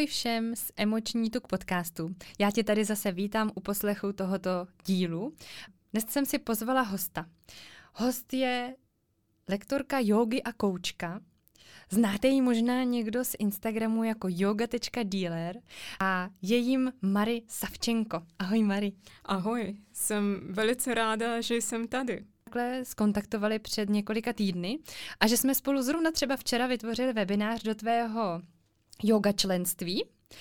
Ahoj všem z Emoční tuk podcastu. Já tě tady zase vítám u poslechu tohoto dílu. Dnes jsem si pozvala hosta. Host je lektorka jógy a koučka. Znáte ji možná někdo z Instagramu jako yoga.dealer a je jím Mary Savčenko. Ahoj Mary. Ahoj, jsem velice ráda, že jsem tady. Takhle skontaktovali před několika týdny a že jsme spolu zrovna třeba včera vytvořili webinář do tvého yoga členství,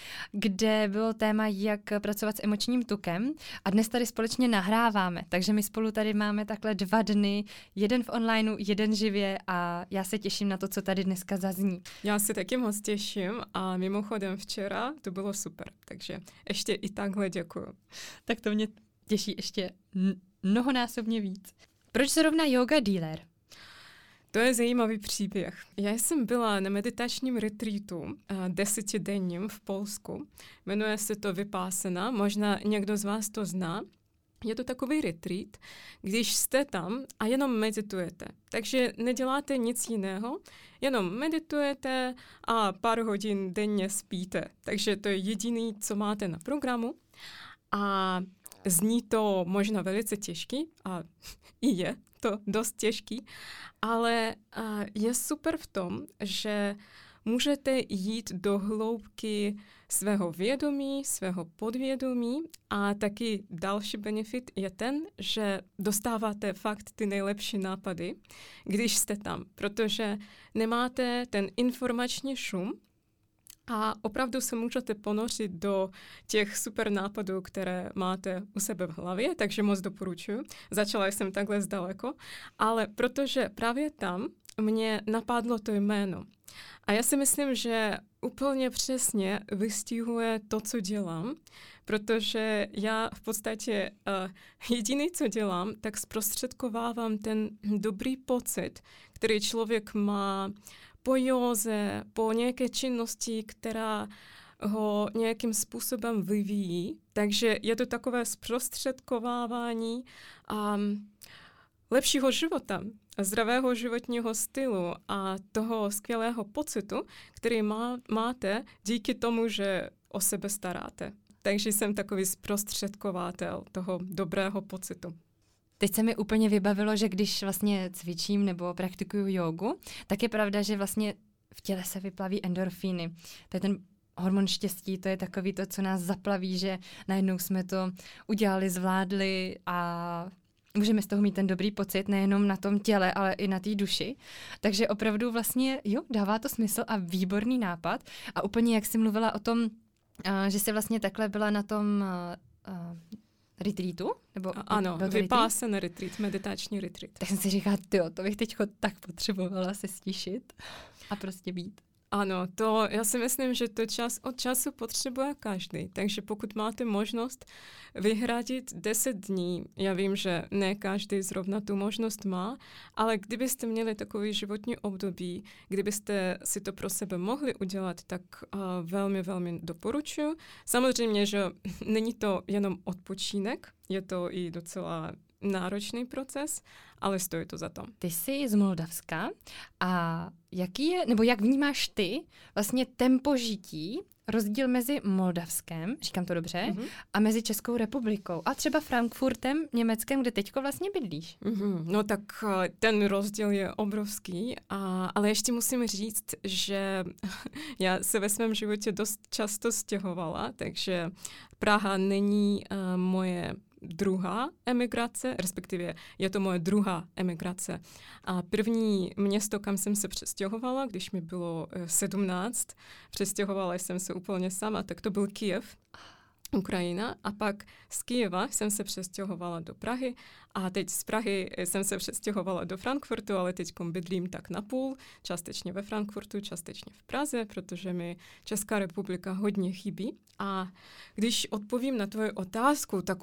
kde bylo téma, jak pracovat s emočním tukem a dnes tady společně nahráváme, takže my spolu tady máme takhle 2 dny, jeden v onlineu, jeden živě a já se těším na to, co tady dneska zazní. Já se taky moc těším a mimochodem včera to bylo super, takže ještě i takhle děkuju. Tak to mě těší ještě mnohonásobně víc. Proč zrovna yoga dealer? To je zajímavý příběh. Já jsem byla na meditačním retreatu 10denním v Polsku. Jmenuje se to Vipassana, možná někdo z vás to zná. Je to takový retreat, když jste tam a jenom meditujete. Takže neděláte nic jiného, jenom meditujete a pár hodin denně spíte. Takže to je jediný, co máte na programu. A zní to možná velice těžký a i je to dost těžký, ale je super v tom, že můžete jít do hloubky svého vědomí, svého podvědomí a taky další benefit je ten, že dostáváte fakt ty nejlepší nápady, když jste tam, protože nemáte ten informační šum, a opravdu se můžete ponořit do těch super nápadů, které máte u sebe v hlavě, takže moc doporučuji. Začala jsem takhle zdaleko, ale protože právě tam mě napadlo to jméno. A já si myslím, že úplně přesně vystihuje to, co dělám, protože já v podstatě jediný, co dělám, tak zprostředkovávám ten dobrý pocit, který člověk má po józe, po nějaké činnosti, která ho nějakým způsobem vyvíjí. Takže je to takové zprostředkovávání lepšího života, zdravého životního stylu a toho skvělého pocitu, který máte díky tomu, že o sebe staráte. Takže jsem takový zprostředkovatel toho dobrého pocitu. Teď se mi úplně vybavilo, že když vlastně cvičím nebo praktikuju jógu, tak je pravda, že vlastně v těle se vyplaví endorfíny. To je ten hormon štěstí, to je takový to, co nás zaplaví, že najednou jsme to udělali, zvládli a můžeme z toho mít ten dobrý pocit nejenom na tom těle, ale i na té duši. Takže opravdu vlastně, jo, dává to smysl a výborný nápad. A úplně jak jsi mluvila o tom, že jsi vlastně takhle byla na tom retreatu? Ano, Vipassana retreat, meditační retreat. Tak jsem si říkala, tyjo, to bych teď tak potřebovala se stišit a prostě být. Ano, já si myslím, že to od času potřebuje každý. Takže pokud máte možnost vyhradit 10 dní, já vím, že ne každý zrovna tu možnost má, ale kdybyste měli takový životní období, kdybyste si to pro sebe mohli udělat, tak velmi, velmi doporučuji. Samozřejmě, že není to jenom odpočinek, je to i docela náročný proces, ale stojí to za to. Ty jsi z Moldavska a jak vnímáš ty vlastně tempo žití, rozdíl mezi Moldavskem, říkám to dobře, a mezi Českou republikou a třeba Frankfurtem, Německem, kde teďko vlastně bydlíš? No tak ten rozdíl je obrovský, ale ještě musím říct, že já se ve svém životě dost často stěhovala, takže Praha není moje druhá emigrace, respektive je to moje druhá emigrace. A první město, kam jsem se přestěhovala, když mi bylo 17, přestěhovala jsem se úplně sama, tak to byl Kyjev, Ukrajina, a pak z Kyjeva jsem se přestěhovala do Prahy a teď z Prahy jsem se přestěhovala do Frankfurtu, ale teď bydlím tak na půl, částečně ve Frankfurtu, částečně v Praze, protože mi Česká republika hodně chybí. A když odpovím na tvoji otázku, tak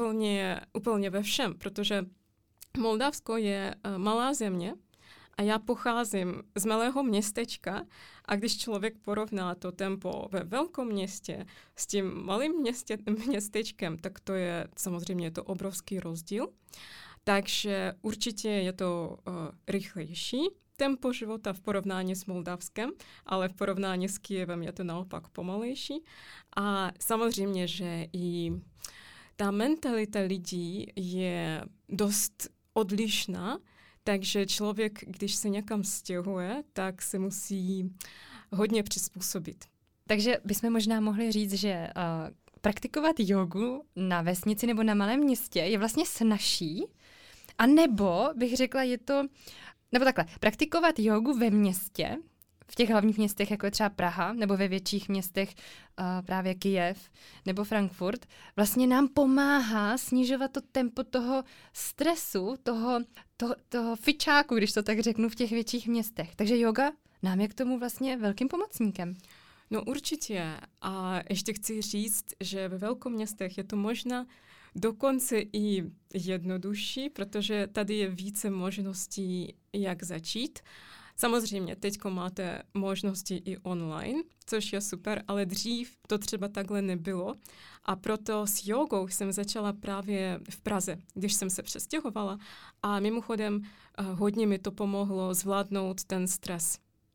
úplně ve všem, protože Moldavsko je malá země, a já pocházím z malého městečka a když člověk porovná to tempo ve velkém městě s tím malým městečkem, tak to je samozřejmě to obrovský rozdíl. Takže určitě je to rychlejší, tempo života v porovnání s Moldavskem, ale v porovnání s Kyjevem je to naopak pomalejší. A samozřejmě, že i ta mentalita lidí je dost odlišná, takže člověk, když se někam stěhuje, tak se musí hodně přizpůsobit. Takže bychom možná mohli říct, že praktikovat jogu na vesnici nebo na malém městě je vlastně snazší, a nebo bych řekla, nebo takhle, praktikovat jogu ve městě, v těch hlavních městech, jako je třeba Praha, nebo ve větších městech právě Kyjev nebo Frankfurt, vlastně nám pomáhá snižovat to tempo toho stresu, toho fičáku, když to tak řeknu, v těch větších městech. Takže yoga nám je k tomu vlastně velkým pomocníkem. No určitě. A ještě chci říct, že ve velkoměstech je to možná dokonce i jednodušší, protože tady je více možností, jak začít. Samozřejmě, teďko máte možnosti i online, což je super, ale dřív to třeba takhle nebylo. A proto s jogou jsem začala právě v Praze, když jsem se přestěhovala. A mimochodem hodně mi to pomohlo zvládnout ten stres.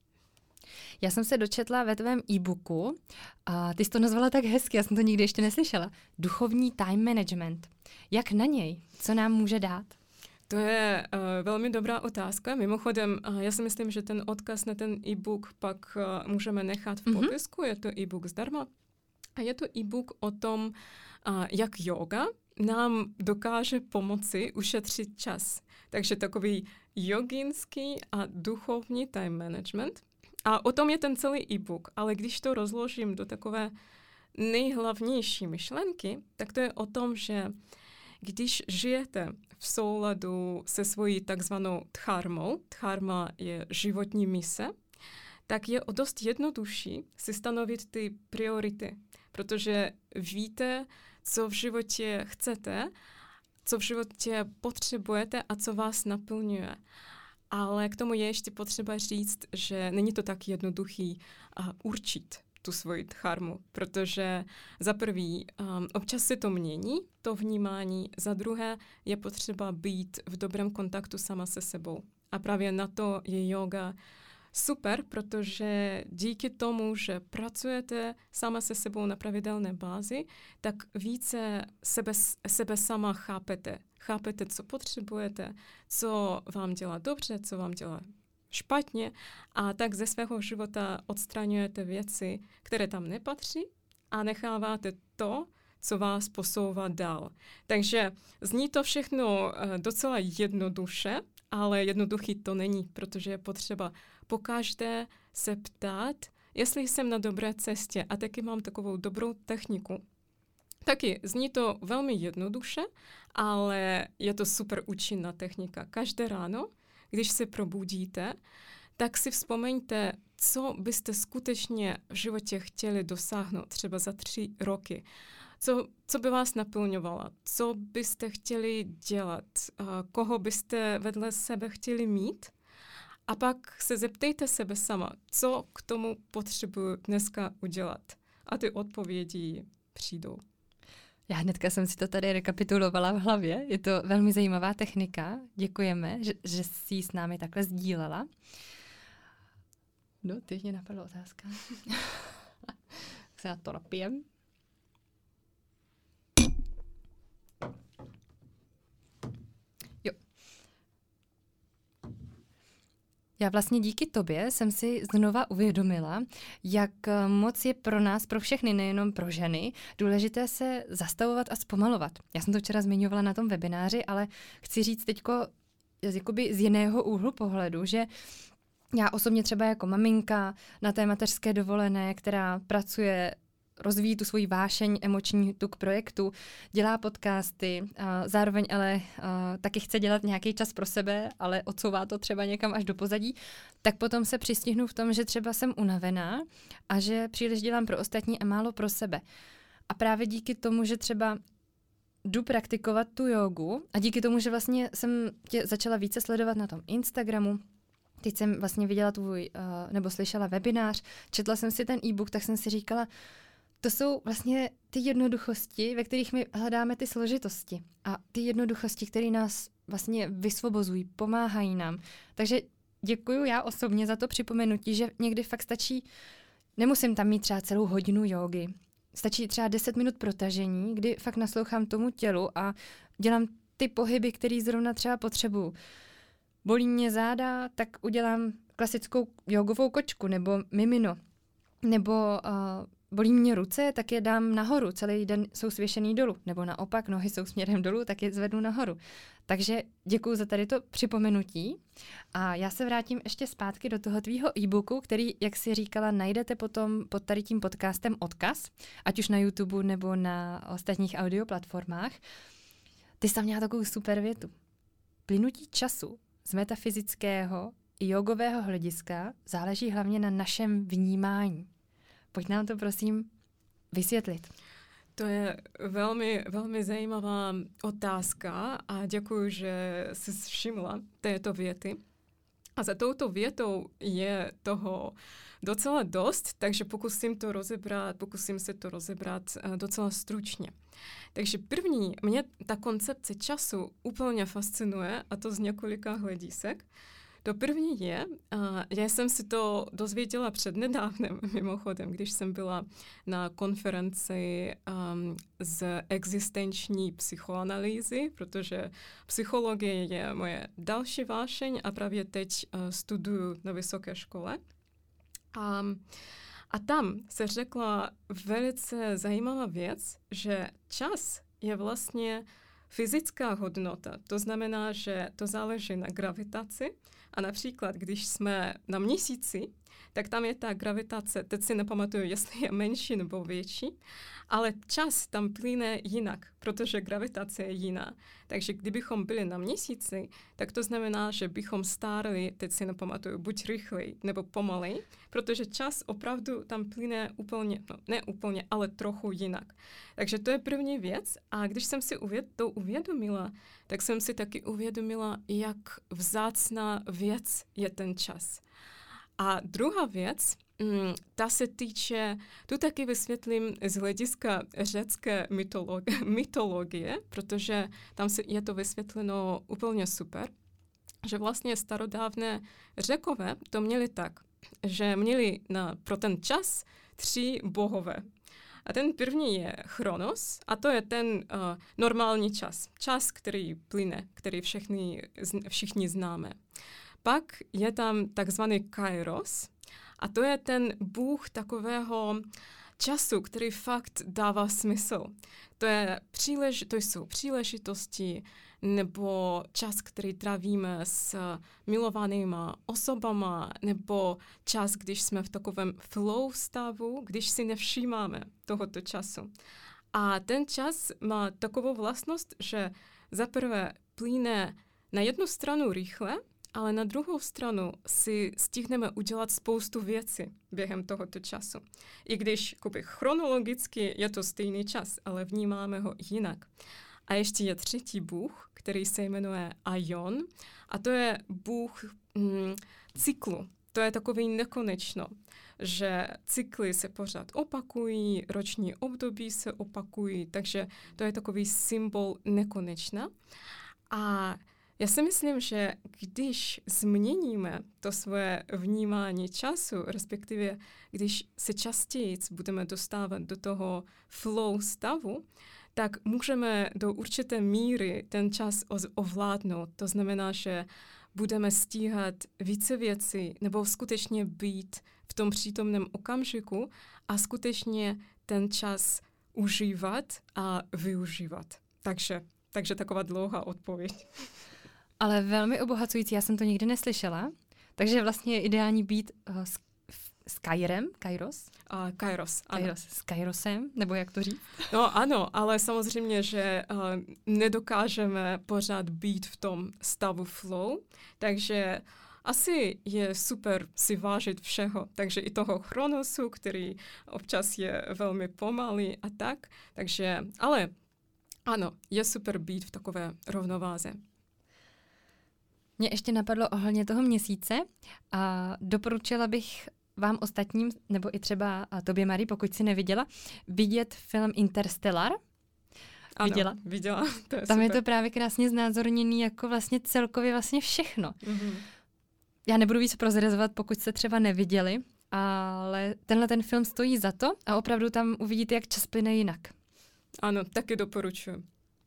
Já jsem se dočetla ve tvém e-booku, a ty jsi to nazvala tak hezky, já jsem to nikdy ještě neslyšela. Duchovní time management. Jak na něj? Co nám může dát? To je velmi dobrá otázka. Mimochodem, já si myslím, že ten odkaz na ten e-book pak můžeme nechat v popisku. Je to e-book zdarma. A je to e-book o tom, jak yoga nám dokáže pomoci ušetřit čas. Takže takový joginský a duchovní time management. A o tom je ten celý e-book. Ale když to rozložím do takové nejhlavnější myšlenky, tak to je o tom, že když žijete v souladu se svojí takzvanou dharmou, dharma je životní mise, tak je o dost jednodušší si stanovit ty priority, protože víte, co v životě chcete, co v životě potřebujete a co vás naplňuje. Ale k tomu je ještě potřeba říct, že není to tak jednoduchý určit tu svoji dharmu, protože za prvý občas se to mění, to vnímání, za druhé je potřeba být v dobrém kontaktu sama se sebou. A právě na to je yoga super, protože díky tomu, že pracujete sama se sebou na pravidelné bázi, tak více sebe sama chápete. Chápete, co potřebujete, co vám dělá dobře, co vám dělá špatně, a tak ze svého života odstraňujete věci, které tam nepatří, a necháváte to, co vás posouvá dál. Takže zní to všechno docela jednoduše, ale jednoduchý to není, protože je potřeba pokaždé se ptát, jestli jsem na dobré cestě, a taky mám takovou dobrou techniku. Taky zní to velmi jednoduše, ale je to super účinná technika. Každé ráno, když se probudíte, tak si vzpomeňte, co byste skutečně v životě chtěli dosáhnout třeba za 3 roky. Co by vás naplňovalo? Co byste chtěli dělat? Koho byste vedle sebe chtěli mít? A pak se zeptejte sebe sama, co k tomu potřebuji dneska udělat. A ty odpovědi přijdou. Já hnedka jsem si to tady rekapitulovala v hlavě. Je to velmi zajímavá technika. Děkujeme, že jsi ji s námi takhle sdílela. No, teď mě napadla otázka. Tak se na to napijem. Jo. Já vlastně díky tobě jsem si znova uvědomila, jak moc je pro nás, pro všechny, nejenom pro ženy, důležité se zastavovat a zpomalovat. Já jsem to včera zmiňovala na tom webináři, ale chci říct teďko jakoby z jiného úhlu pohledu, že já osobně třeba jako maminka na té mateřské dovolené, která pracuje, rozvíjí tu svoji vášeň, emoční tuk projektu, dělá podcasty, zároveň ale taky chce dělat nějaký čas pro sebe, ale odsouvá to třeba někam až do pozadí, tak potom se přistihnu v tom, že třeba jsem unavená a že příliš dělám pro ostatní a málo pro sebe. A právě díky tomu, že třeba jdu praktikovat tu jogu a díky tomu, že vlastně jsem tě začala více sledovat na tom Instagramu, teď jsem vlastně viděla nebo slyšela webinář, četla jsem si ten e-book, tak jsem si říkala, to jsou vlastně ty jednoduchosti, ve kterých my hledáme ty složitosti. A ty jednoduchosti, které nás vlastně vysvobozují, pomáhají nám. Takže děkuju já osobně za to připomenutí, že někdy fakt stačí, nemusím tam mít třeba celou hodinu jógy. Stačí třeba 10 minut protažení, kdy fakt naslouchám tomu tělu a dělám ty pohyby, které zrovna třeba potřebuju. Bolí mě záda, tak udělám klasickou jogovou kočku nebo mimino. Nebo bolí mě ruce, tak je dám nahoru. Celý den jsou svěšený dolů. Nebo naopak, nohy jsou směrem dolů, tak je zvednu nahoru. Takže děkuju za tady to připomenutí. A já se vrátím ještě zpátky do toho tvýho e-booku, který, jak jsi říkala, najdete potom pod tady tím podcastem odkaz, ať už na YouTube nebo na ostatních audioplatformách. Ty jsi tam měla takovou super větu. Plynutí času z metafyzického i jogového hlediska záleží hlavně na našem vnímání. Pojď nám to prosím vysvětlit. To je velmi, velmi zajímavá otázka a děkuji, že jsi všimla této věty. A za touto větou je toho docela dost, takže pokusím se to rozebrat docela stručně. Takže první, mě ta koncepce času úplně fascinuje, a to z několika hledisek. To první je, já jsem si to dozvěděla přednedávnem, mimochodem, když jsem byla na konferenci z existenční psychoanalýzy, protože psychologie je moje další vášeň a právě teď studuju na vysoké škole. A tam se řekla velice zajímavá věc, že čas je vlastně fyzická hodnota. To znamená, že to záleží na gravitaci. A například, když jsme na Měsíci, tak tam je ta gravitace, teď si nepamatuju, jestli je menší nebo větší, ale čas tam plyne jinak, protože gravitace je jiná. Takže kdybychom byli na Měsíci, tak to znamená, že bychom stárli, teď si nepamatuju, buď rychleji nebo pomalej, protože čas opravdu tam plyne úplně, ne úplně, ale trochu jinak. Takže to je první věc. A když jsem si to uvědomila, tak jsem si taky uvědomila, jak vzácná věc je ten čas. A druhá věc, ta se týče, tu taky vysvětlím z hlediska řecké mytologie, protože tam je to vysvětleno úplně super, že vlastně starodávné Řekové to měli tak, že měli pro ten čas 3 bohové. A ten první je Chronos, a to je ten normální čas. Čas, který plyne, který všichni známe. Pak je tam takzvaný Kairos, a to je ten bůh takového času, který fakt dává smysl. To jsou příležitosti nebo čas, který trávíme s milovanýma osobama, nebo čas, když jsme v takovém flow stavu, když si nevšímáme tohoto času. A ten čas má takovou vlastnost, že zaprvé plyne na jednu stranu rychle, ale na druhou stranu si stihneme udělat spoustu věcí během tohoto času. I když chronologicky je to stejný čas, ale vnímáme ho jinak. A ještě je třetí bůh, který se jmenuje Aion, a to je bůh cyklu. To je takový nekonečno, že cykly se pořád opakují, roční období se opakují, takže to je takový symbol nekonečna. A já si myslím, že když změníme to svoje vnímání času, respektive když se častěji budeme dostávat do toho flow stavu, tak můžeme do určité míry ten čas ovládnout. To znamená, že budeme stíhat více věcí nebo skutečně být v tom přítomném okamžiku a skutečně ten čas užívat a využívat. Takže taková dlouhá odpověď. Ale velmi obohacující, já jsem to nikdy neslyšela. Takže vlastně je ideální být s Kairos? Kairos, ano. Kairos, s Kairosem, nebo jak to říct? No ano, ale samozřejmě, že nedokážeme pořád být v tom stavu flow, takže asi je super si vážit všeho, takže i toho Chronosu, který občas je velmi pomalý a tak, takže, ale ano, je super být v takové rovnováze. Mě ještě napadlo ohledně toho Měsíce a doporučila bych vám ostatním, nebo i třeba tobě, Marie, pokud si neviděla, vidět film Interstellar. Ano, viděla. To je tam super. je to právě krásně znázorněný jako vlastně celkově vlastně všechno. Mm-hmm. Já nebudu víc prozrazovat, pokud jste třeba neviděli, ale ten film stojí za to a opravdu tam uvidíte, jak čas plyne jinak. Ano, taky doporučuji.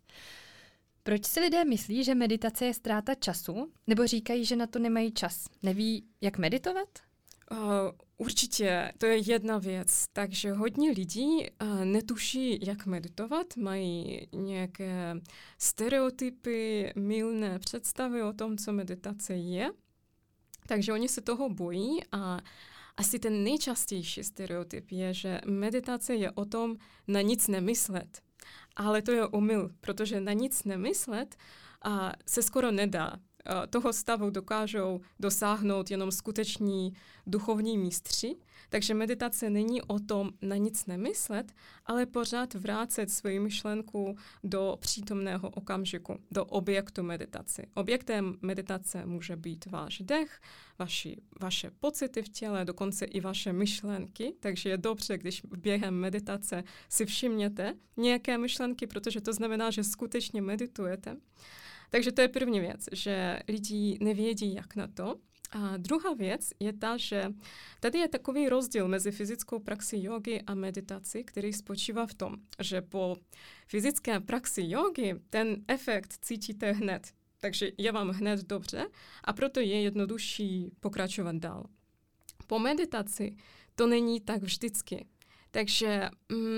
Proč si lidé myslí, že meditace je ztráta času, nebo říkají, že na to nemají čas? Neví, jak meditovat? Určitě, to je jedna věc. Takže hodně lidí netuší, jak meditovat, mají nějaké stereotypy, mylné představy o tom, co meditace je. Takže oni se toho bojí a asi ten nejčastější stereotyp je, že meditace je o tom na nic nemyslet. Ale to je omyl, protože na nic nemyslet se skoro nedá. Toho stavu dokážou dosáhnout jenom skuteční duchovní mistři, takže meditace není o tom na nic nemyslet, ale pořád vrátit svoji myšlenku do přítomného okamžiku, do objektu meditace. Objektem meditace může být váš dech, vaše pocity v těle, dokonce i vaše myšlenky, takže je dobře, když během meditace si všimněte nějaké myšlenky, protože to znamená, že skutečně meditujete. Takže to je první věc, že lidi nevědí, jak na to. A druhá věc je ta, že tady je takový rozdíl mezi fyzickou praxí jógy a meditací, který spočívá v tom, že po fyzické praxi jógy ten efekt cítíte hned. Takže je vám hned dobře a proto je jednodušší pokračovat dál. Po meditaci to není tak vždycky. Takže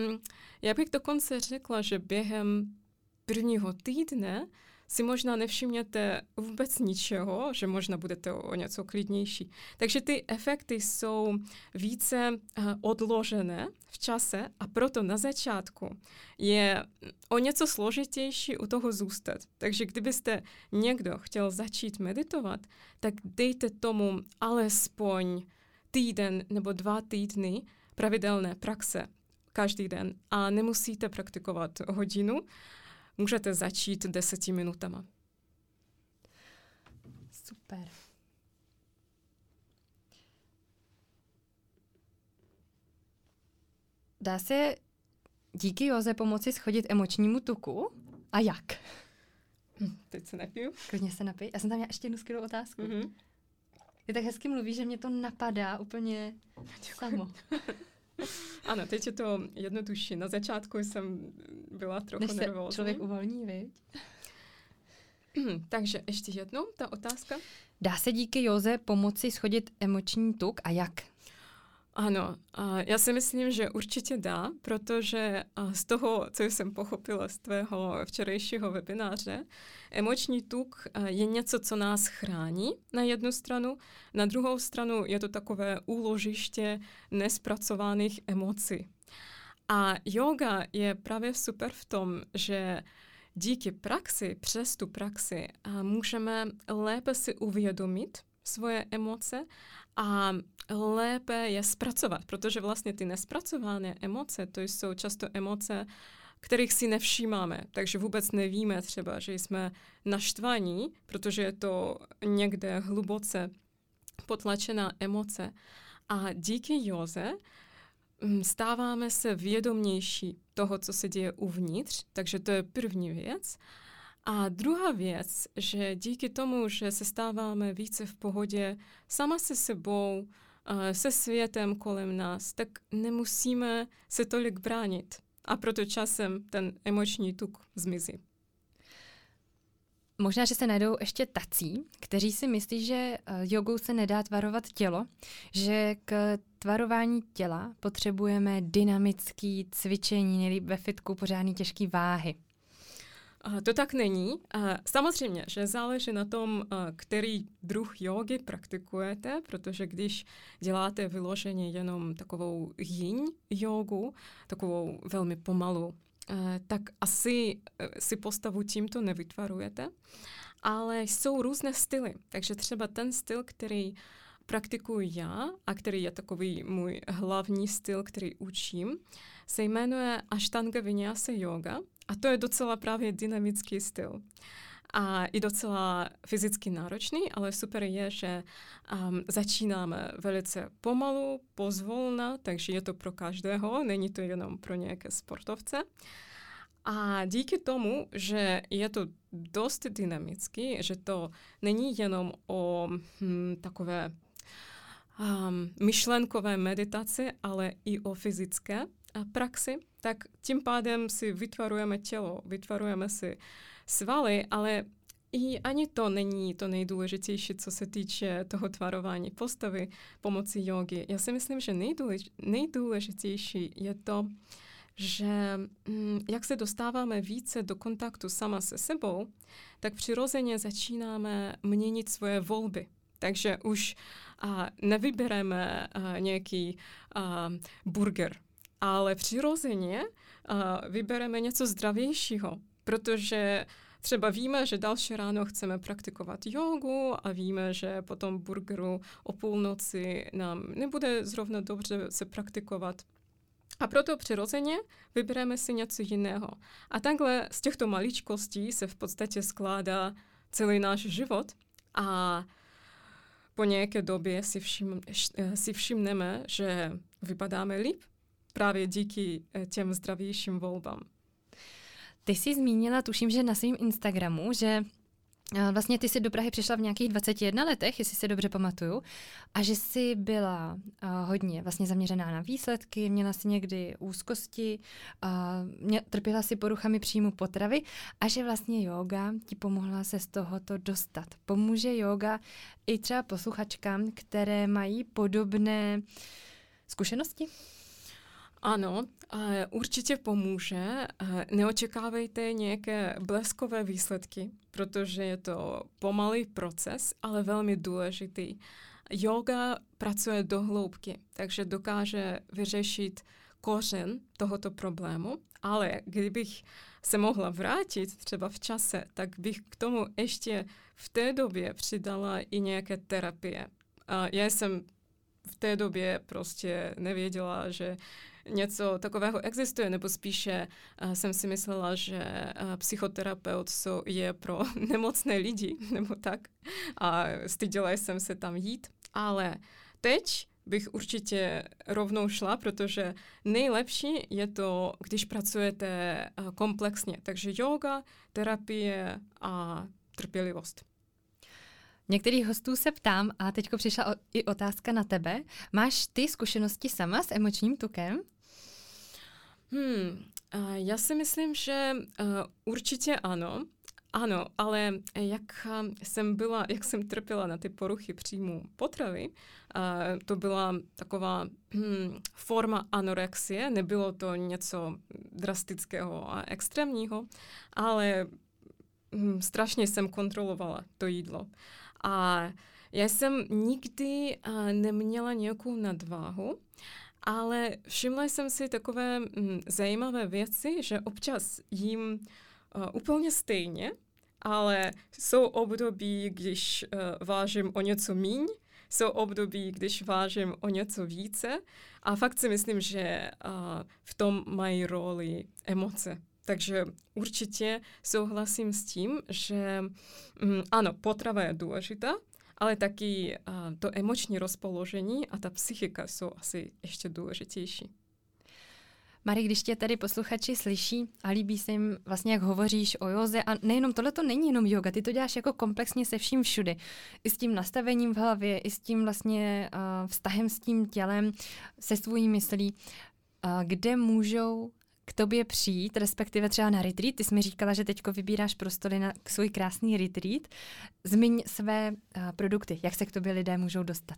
já bych dokonce řekla, že během prvního týdne si možná nevšimněte vůbec ničeho, že možná budete o něco klidnější. Takže ty efekty jsou více odložené v čase a proto na začátku je o něco složitější u toho zůstat. Takže kdybyste někdo chtěl začít meditovat, tak dejte tomu alespoň týden nebo 2 týdny pravidelné praxe každý den a nemusíte praktikovat hodinu. Můžete začít 10 minutama. Super. Dá se díky józe pomoci schodit emočnímu tuku? A jak? Teď se napiju. Klidně se napij. Já jsem tam měla ještě jednu skvělou otázku. Mm-hmm. Ty tak hezky mluvíš, že mě to napadá úplně samo. Ano, teď je to jednodušší. Na začátku jsem byla trochu nervózní. Než se člověk uvolní, viď? Takže ještě jednou ta otázka. Dá se díky józe pomoci schodit emoční tuk a jak? Ano, já si myslím, že určitě dá, protože z toho, co jsem pochopila z tvého včerejšího webináře, emoční tuk je něco, co nás chrání na jednu stranu, na druhou stranu je to takové úložiště nespracovaných emocí. A yoga je právě super v tom, že díky praxi, přes tu praxi, můžeme lépe si uvědomit svoje emoce a lépe je zpracovat, protože vlastně ty nespracované emoce, to jsou často emoce, kterých si nevšímáme, takže vůbec nevíme třeba, že jsme naštvaní, protože je to někde hluboce potlačená emoce. A díky józe stáváme se vědomější toho, co se děje uvnitř, takže to je první věc. A druhá věc, že díky tomu, že se stáváme více v pohodě sama se sebou, se světem kolem nás, tak nemusíme se tolik bránit. A proto časem ten emoční tuk zmizí. Možná, že se najdou ještě tací, kteří si myslí, že jogou se nedá tvarovat tělo, že k tvarování těla potřebujeme dynamické cvičení, nejlíp ve fitku pořádný těžký váhy. To tak není. Samozřejmě, že záleží na tom, který druh jógy praktikujete, protože když děláte vyloženě jenom takovou yin jógu, takovou velmi pomalu, tak asi si postavu tímto nevytvarujete, ale jsou různé styly. Takže třeba ten styl, který praktikuji já a který je takový můj hlavní styl, který učím, se jmenuje Ashtanga Vinyasa yoga a to je docela právě dynamický styl. A i docela fyzicky náročný, ale super je, že začínáme velice pomalu, pozvolna, takže je to pro každého, není to jenom pro nějaké sportovce. A díky tomu, že je to dost dynamický, že to není jenom o takové myšlenkové meditaci, ale i o fyzické praxi, tak tím pádem si vytvarujeme tělo, vytvarujeme si svaly, ale i ani to není to nejdůležitější, co se týče toho tvarování postavy pomocí jógy. Já si myslím, že nejdůležitější je to, že jak se dostáváme více do kontaktu sama se sebou, tak přirozeně začínáme měnit svoje volby. Takže už nevybereme nějaký burger, ale přirozeně vybereme něco zdravějšího, protože třeba víme, že další ráno chceme praktikovat jógu a víme, že po tom burgeru o půlnoci nám nebude zrovna dobře se praktikovat. A proto přirozeně vybereme si něco jiného. A takhle z těchto maličkostí se v podstatě skládá celý náš život a po nějaké době si všimneme, že vypadáme líp právě díky těm zdravějším volbám. Ty jsi zmínila, tuším, že na svém Instagramu, že vlastně ty jsi do Prahy přišla v nějakých 21 letech, jestli si dobře pamatuju, a že jsi byla hodně vlastně zaměřená na výsledky, měla jsi někdy úzkosti, trpěla si poruchami příjmu potravy a že vlastně jóga ti pomohla se z tohoto dostat. Pomůže jóga i třeba posluchačkám, které mají podobné zkušenosti? Ano, určitě pomůže. Neočekávejte nějaké bleskové výsledky, protože je to pomalý proces, ale velmi důležitý. Yoga pracuje do hloubky, takže dokáže vyřešit kořen tohoto problému, ale kdybych se mohla vrátit třeba v čase, tak bych k tomu ještě v té době přidala i nějaké terapie. Já jsem v té době prostě nevěděla, že něco takového existuje, nebo spíše jsem si myslela, že psychoterapeut je pro nemocné lidi, nebo tak. A styděla jsem se tam jít. Ale teď bych určitě rovnou šla, protože nejlepší je to, když pracujete komplexně. Takže yoga, terapie a trpělivost. Některých hostů se ptám, a teďko přišla i otázka na tebe. Máš ty zkušenosti sama s emočním tukem? Já si myslím, že určitě ano. Ano, ale jak jsem trpěla na ty poruchy příjmu potravy, to byla taková forma anorexie, nebylo to něco drastického a extrémního, ale strašně jsem kontrolovala to jídlo. A já jsem nikdy neměla nějakou nadváhu, ale všimla jsem si takové zajímavé věci, že občas jím úplně stejně, ale jsou období, když vážím o něco míň, jsou období, když vážím o něco více a fakt si myslím, že v tom mají roli emoce. Takže určitě souhlasím s tím, že ano, potrava je důležitá, ale taky to emoční rozpoložení a ta psychika jsou asi ještě důležitější. Mari, když tě tady posluchači slyší a líbí se jim vlastně, jak hovoříš o józe, a nejenom tohle to není jenom yoga, ty to děláš jako komplexně se vším všudy. I s tím nastavením v hlavě, i s tím vlastně vztahem s tím tělem, se svojí myslí, kde můžou k tobě přijít, respektive třeba na retreat. Ty jsi mi říkala, že teďko vybíráš prostory na svůj krásný retreat. Zmiň své produkty, jak se k tobě lidé můžou dostat.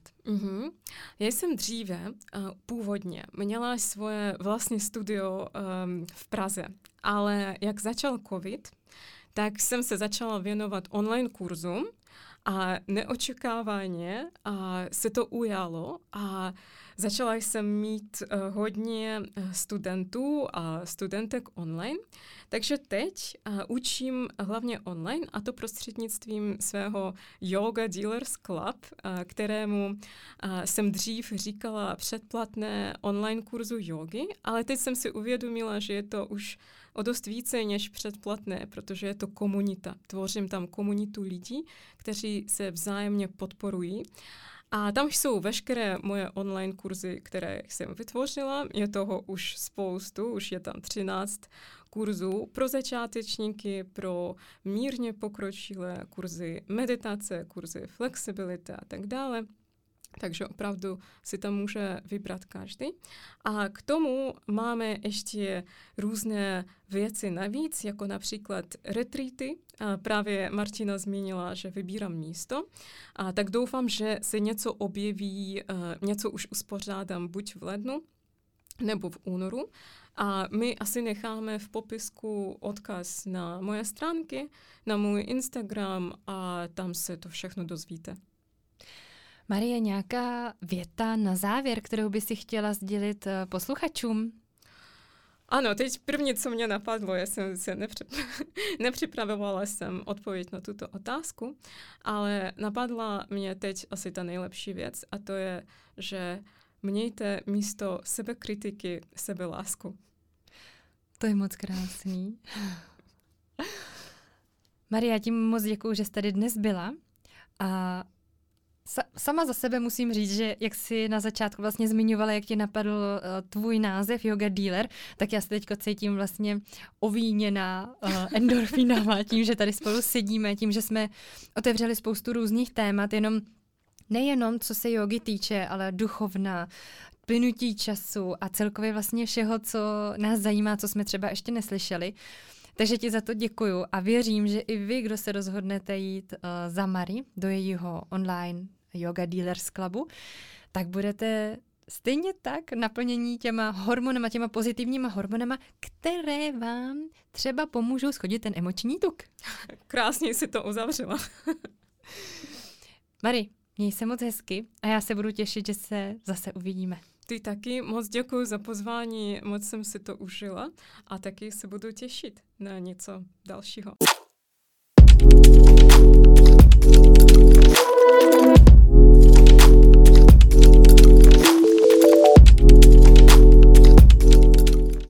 Já jsem dříve původně měla svoje vlastní studio v Praze, ale jak začal covid, tak jsem se začala věnovat online kurzům a neočekávaně se to ujalo a začala jsem mít hodně studentů a studentek online, takže teď učím hlavně online a to prostřednictvím svého Yoga Dealers Club, kterému jsem dřív říkala předplatné online kurzu jogy, ale teď jsem si uvědomila, že je to už o dost více než předplatné, protože je to komunita. Tvořím tam komunitu lidí, kteří se vzájemně podporují. A tam jsou veškeré moje online kurzy, které jsem vytvořila. Je toho už spoustu, už je tam 13 kurzů pro začátečníky, pro mírně pokročilé, kurzy meditace, kurzy flexibility a tak dále. Takže opravdu si tam může vybrat každý. A k tomu máme ještě různé věci navíc, jako například retreaty. A právě Martina zmínila, že vybírám místo. A tak doufám, že se něco objeví, něco už uspořádám buď v lednu, nebo v únoru. A my asi necháme v popisku odkaz na moje stránky, na můj Instagram a tam se to všechno dozvíte. Marie, nějaká věta na závěr, kterou by si chtěla sdělit posluchačům? Ano, teď první, co mě napadlo, já jsem se nepřipravovala jsem odpověď na tuto otázku, ale napadla mě teď asi ta nejlepší věc a to je, že mějte místo sebekritiky sebelásku. To je moc krásný. Maria, tím moc děkuju, že jsi tady dnes byla a sama za sebe musím říct, že jak jsi na začátku vlastně zmiňovala, jak ti napadl tvůj název Yoga Dealer, tak já se teďko cítím vlastně ovíněná endorfinama tím, že tady spolu sedíme, tím, že jsme otevřeli spoustu různých témat, nejenom co se jogy týče, ale duchovna, plynutí času a celkově vlastně všeho, co nás zajímá, co jsme třeba ještě neslyšeli. Takže ti za to děkuju a věřím, že i vy, kdo se rozhodnete jít za Mari do jejího online Yoga Dealers Clubu, tak budete stejně tak naplnění těma hormonama, těma pozitivníma hormonama, které vám třeba pomůžou schodit ten emoční tuk. Krásně si to uzavřela. Mari, měj se moc hezky a já se budu těšit, že se zase uvidíme. Ty taky moc děkuji za pozvání, moc jsem si to užila a taky se budu těšit na něco dalšího.